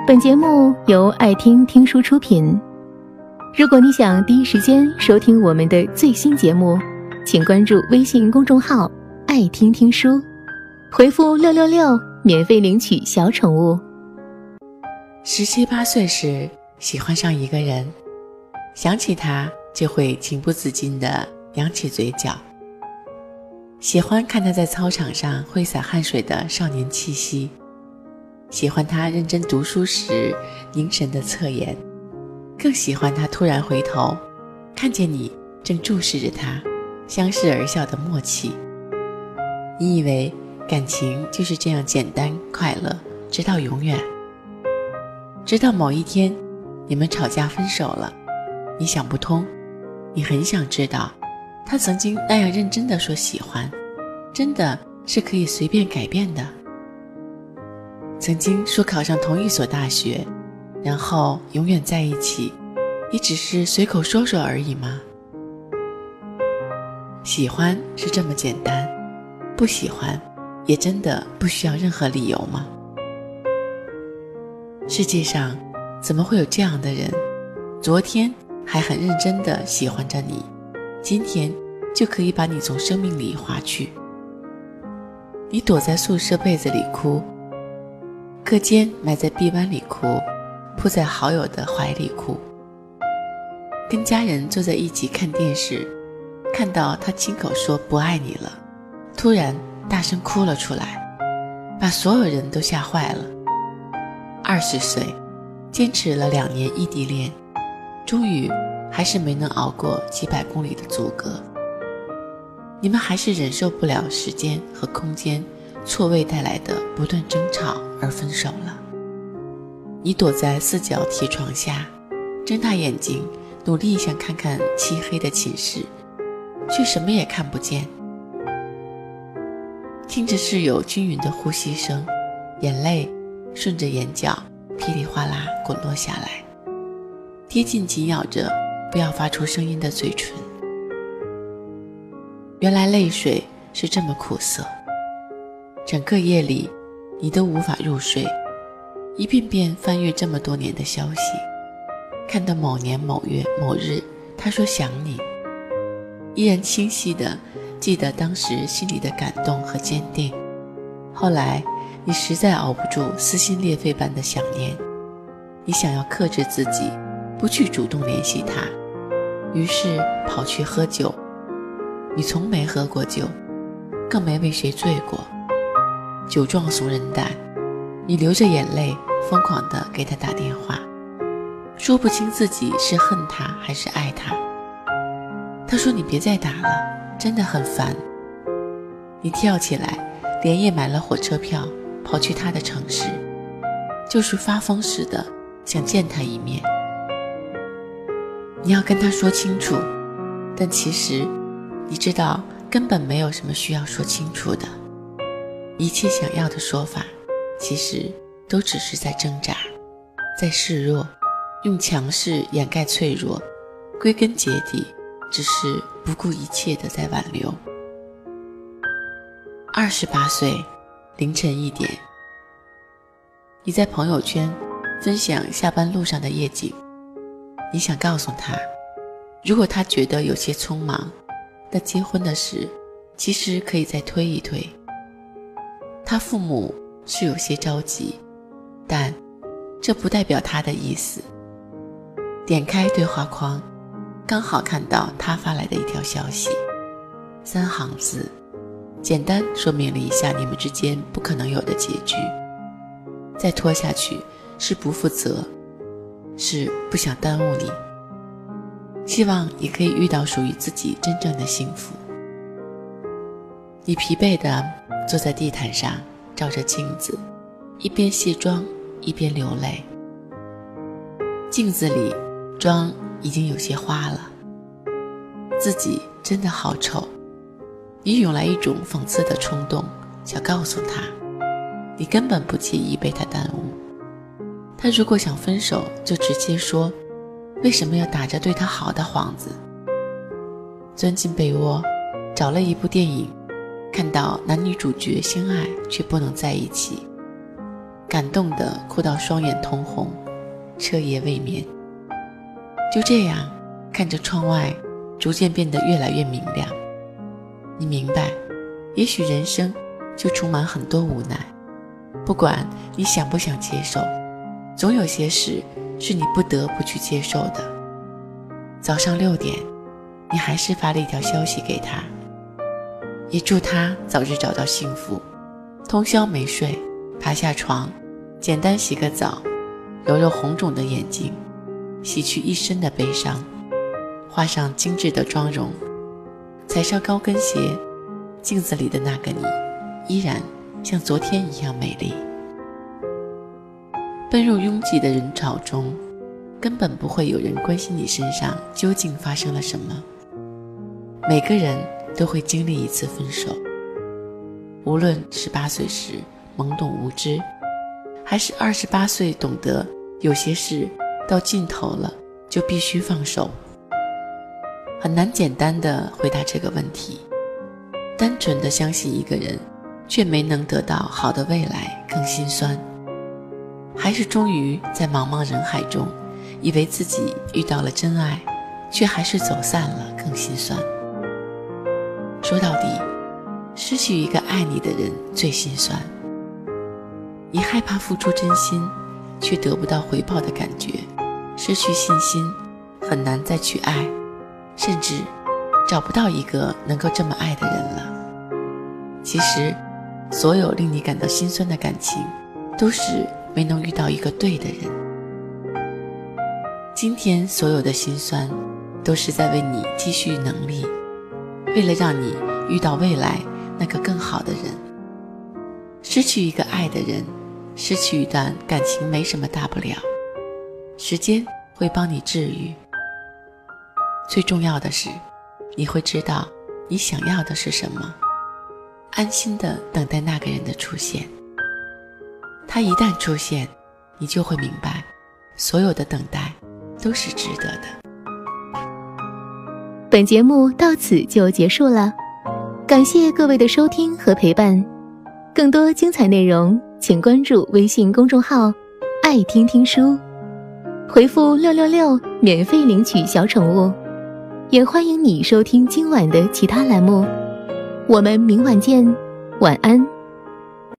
本节目由爱听听书出品。如果你想第一时间收听我们的最新节目，请关注微信公众号爱听听书，回复666免费领取小宠物。 17、18岁时喜欢上一个人，想起他就会情不自禁地扬起嘴角，喜欢看他在操场上挥洒汗水的少年气息，喜欢他认真读书时凝神的侧颜，更喜欢他突然回头看见你正注视着他，相视而笑的默契。你以为感情就是这样简单快乐，直到永远，直到某一天你们吵架分手了，你想不通，你很想知道他曾经那样认真地说喜欢，真的是可以随便改变的。曾经说考上同一所大学，然后永远在一起，也只是随口说说而已吗？喜欢是这么简单，不喜欢也真的不需要任何理由吗？世界上怎么会有这样的人，昨天还很认真地喜欢着你，今天就可以把你从生命里划去。你躲在宿舍被子里哭，课间埋在臂弯里哭，扑在好友的怀里哭，跟家人坐在一起看电视，看到他亲口说不爱你了，突然大声哭了出来，把所有人都吓坏了。20岁坚持了2年异地恋，终于还是没能熬过几百公里的阻隔。你们还是忍受不了时间和空间错位带来的不断争吵而分手了。你躲在4角铁床下，睁大眼睛努力想看看漆黑的寝室，却什么也看不见。听着室友均匀的呼吸声，眼泪顺着眼角噼里哗啦滚落下来，贴近紧咬着不要发出声音的嘴唇。原来泪水是这么苦涩，整个夜里你都无法入睡，一遍遍翻阅这么多年的消息，看到某年某月某日他说想你，依然清晰地记得当时心里的感动和坚定。后来你实在熬不住撕心裂肺般的想念，你想要克制自己不去主动联系他，于是跑去喝酒。你从没喝过酒，更没为谁醉过，酒壮怂人胆，你流着眼泪疯狂地给他打电话，说不清自己是恨他还是爱他。他说你别再打了，真的很烦。你跳起来连夜买了火车票跑去他的城市，就是发疯似的想见他一面。你要跟他说清楚，但其实你知道根本没有什么需要说清楚的，一切想要的说法其实都只是在挣扎，在示弱，用强势掩盖脆弱，归根结底只是不顾一切的在挽留。28岁凌晨1点，你在朋友圈分享下班路上的夜景，你想告诉他，如果他觉得有些匆忙，那结婚的事其实可以再推一推。他父母是有些着急，但这不代表他的意思。点开对话框，刚好看到他发来的一条消息，3行字，简单说明了一下你们之间不可能有的结局。再拖下去是不负责，是不想耽误你，希望你可以遇到属于自己真正的幸福。你疲惫地坐在地毯上，照着镜子，一边卸妆一边流泪。镜子里妆已经有些花了，自己真的好丑。你涌来一种讽刺的冲动，想告诉他，你根本不介意被他耽误。他如果想分手就直接说，为什么要打着对他好的幌子？钻进被窝，找了一部电影，看到男女主角相爱却不能在一起， 感动得哭到双眼通红，彻夜未眠。就这样看着窗外逐渐变得越来越明亮，你明白，也许人生就充满很多无奈，不管你想不想接受，总有些事是你不得不去接受的。早上6点，你还是发了一条消息给他，也祝他早日找到幸福。通宵没睡，爬下床，简单洗个澡，揉揉红肿的眼睛，洗去一身的悲伤，画上精致的妆容，踩上高跟鞋，镜子里的那个你依然像昨天一样美丽。奔入拥挤的人潮中，根本不会有人关心你身上究竟发生了什么。每个人都会经历一次分手，无论18岁时懵懂无知，还是28岁懂得有些事到尽头了就必须放手。很难简单地回答这个问题，单纯地相信一个人却没能得到好的未来更心酸，还是终于在茫茫人海中以为自己遇到了真爱，却还是走散了更心酸。说到底，失去一个爱你的人最心酸。你害怕付出真心却得不到回报的感觉，失去信心，很难再去爱，甚至找不到一个能够这么爱的人了。其实所有令你感到心酸的感情，都是没能遇到一个对的人。今天所有的心酸，都是在为你积蓄能力，为了让你遇到未来那个更好的人。失去一个爱的人，失去一段感情没什么大不了，时间会帮你治愈。最重要的是，你会知道你想要的是什么，安心地等待那个人的出现。他一旦出现，你就会明白，所有的等待都是值得的。 本节目到此就结束了，感谢各位的收听和陪伴。更多精彩内容，请关注微信公众号“爱听听书”，回复666免费领取小宠物。也欢迎你收听今晚的其他栏目。我们明晚见，晚安。